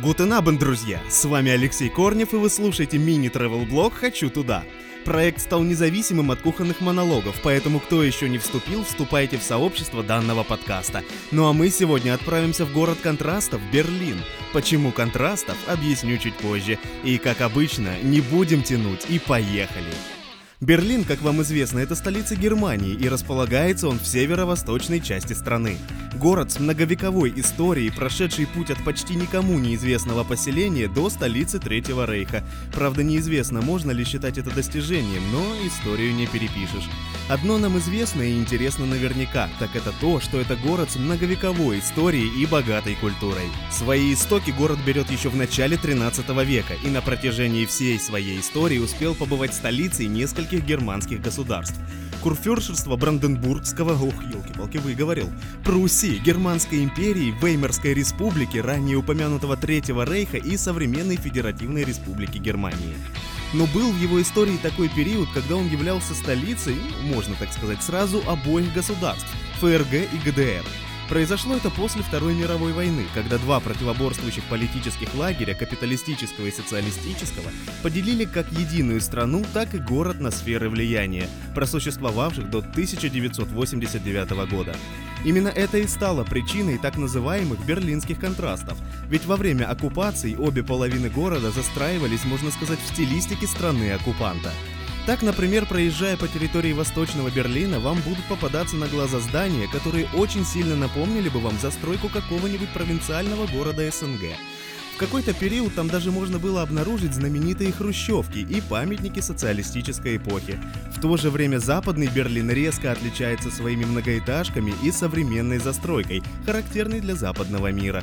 Гутен Абен, друзья! С вами Алексей Корнев, и вы слушаете мини-тревел-блог «Хочу туда». Проект стал независимым от кухонных монологов, поэтому кто еще не вступил, вступайте в сообщество данного подкаста. Ну а мы сегодня отправимся в город контрастов, Берлин. Почему контрастов, объясню чуть позже. И, как обычно, не будем тянуть и поехали! Берлин, как вам известно, это столица Германии, и располагается он в северо-восточной части страны. Город с многовековой историей, прошедший путь от почти никому неизвестного поселения до столицы Третьего Рейха. Правда, неизвестно, можно ли считать это достижением, но историю не перепишешь. Одно нам известно и интересно наверняка, так это то, что это город с многовековой историей и богатой культурой. Свои истоки город берет еще в начале 13 века, и на протяжении всей своей истории успел побывать столицей нескольких германских государств. Курфюршество Бранденбургского, выговорил, Пруссии, Германской империи, Веймарской республики, ранее упомянутого Третьего Рейха и современной Федеративной Республики Германии. Но был в его истории такой период, когда он являлся столицей, можно так сказать, сразу обоих государств – ФРГ и ГДР. Произошло это после Второй мировой войны, когда два противоборствующих политических лагеря, капиталистического и социалистического, поделили как единую страну, так и город на сферы влияния, просуществовавших до 1989 года. Именно это и стало причиной так называемых берлинских контрастов, ведь во время оккупаций обе половины города застраивались, можно сказать, в стилистике страны-оккупанта. Так, например, проезжая по территории Восточного Берлина, вам будут попадаться на глаза здания, которые очень сильно напомнили бы вам застройку какого-нибудь провинциального города СНГ. В какой-то период там даже можно было обнаружить знаменитые хрущевки и памятники социалистической эпохи. В то же время Западный Берлин резко отличается своими многоэтажками и современной застройкой, характерной для западного мира.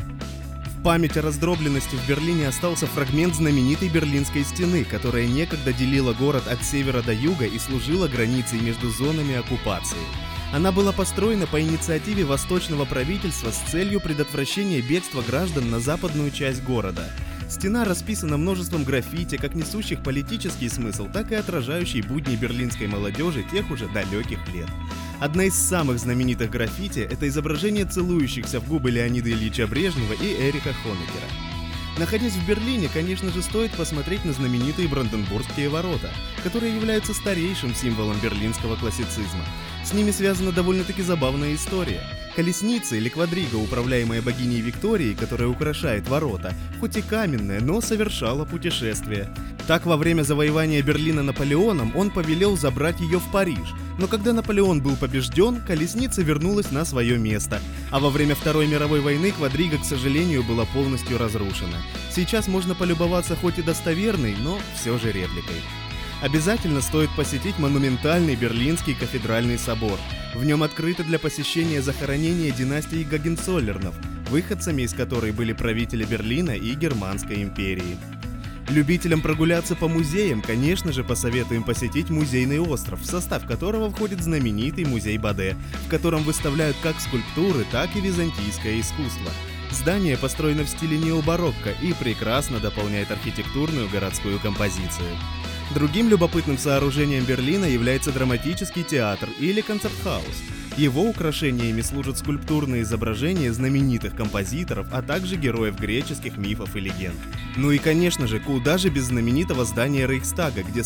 В память о раздробленности в Берлине остался фрагмент знаменитой Берлинской стены, которая некогда делила город от севера до юга и служила границей между зонами оккупации. Она была построена по инициативе восточного правительства с целью предотвращения бегства граждан на западную часть города. Стена расписана множеством граффити, как несущих политический смысл, так и отражающей будни берлинской молодежи тех уже далеких лет. Одна из самых знаменитых граффити – это изображение целующихся в губы Леонида Ильича Брежнева и Эриха Хонекера. Находясь в Берлине, конечно же, стоит посмотреть на знаменитые Бранденбургские ворота, которые являются старейшим символом берлинского классицизма. С ними связана довольно-таки забавная история. Колесница или квадрига, управляемая богиней Викторией, которая украшает ворота, хоть и каменная, но совершала путешествие. Так, во время завоевания Берлина Наполеоном он повелел забрать ее в Париж, но когда Наполеон был побежден, колесница вернулась на свое место, а во время Второй мировой войны квадрига, к сожалению, была полностью разрушена. Сейчас можно полюбоваться хоть и достоверной, но все же репликой. Обязательно стоит посетить монументальный Берлинский кафедральный собор. В нем открыто для посещения захоронение династии Гогенцоллернов, выходцами из которой были правители Берлина и Германской империи. Любителям прогуляться по музеям, конечно же, посоветуем посетить Музейный остров, в состав которого входит знаменитый музей Боде, в котором выставляют как скульптуры, так и византийское искусство. Здание построено в стиле необарокко и прекрасно дополняет архитектурную городскую композицию. Другим любопытным сооружением Берлина является драматический театр или концертхаус. Его украшениями служат скульптурные изображения знаменитых композиторов, а также героев греческих мифов и легенд. Ну и, конечно же, куда же без знаменитого здания Рейхстага, где с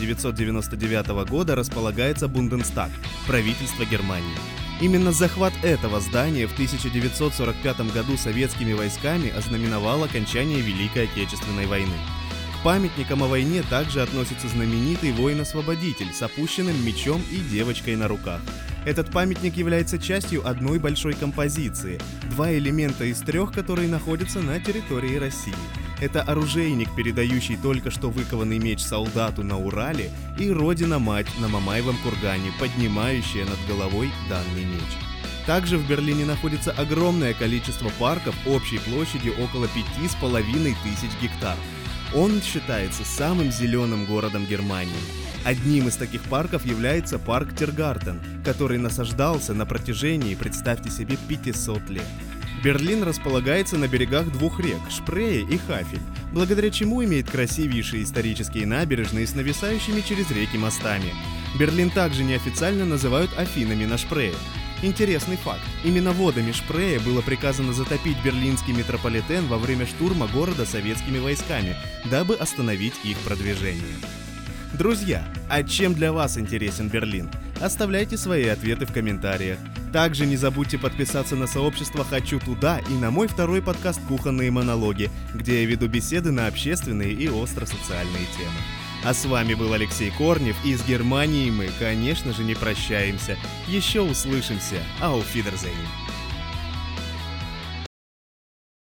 1999 года располагается Бундестаг, правительство Германии. Именно захват этого здания в 1945 году советскими войсками ознаменовал окончание Великой Отечественной войны. К памятникам о войне также относится знаменитый воин-освободитель с опущенным мечом и девочкой на руках. Этот памятник является частью одной большой композиции, два элемента из трех, которые находятся на территории России. Это оружейник, передающий только что выкованный меч солдату на Урале, и Родина-мать на Мамаевом кургане, поднимающая над головой данный меч. Также в Берлине находится огромное количество парков общей площадью около 5500 гектар. Он считается самым зеленым городом Германии. Одним из таких парков является парк Тиргартен, который насаждался на протяжении, представьте себе, 500 лет. Берлин располагается на берегах двух рек – Шпрее и Хафель, благодаря чему имеет красивейшие исторические набережные с нависающими через реки мостами. Берлин также неофициально называют Афинами на Шпрее. Интересный факт. Именно водами Шпрее было приказано затопить берлинский метрополитен во время штурма города советскими войсками, дабы остановить их продвижение. Друзья, а чем для вас интересен Берлин? Оставляйте свои ответы в комментариях. Также не забудьте подписаться на сообщество «Хочу туда» и на мой второй подкаст «Кухонные монологи», где я веду беседы на общественные и остро-социальные темы. А с вами был Алексей Корнев, и с Германией мы, конечно же, не прощаемся. Еще услышимся. Auf Wiedersehen.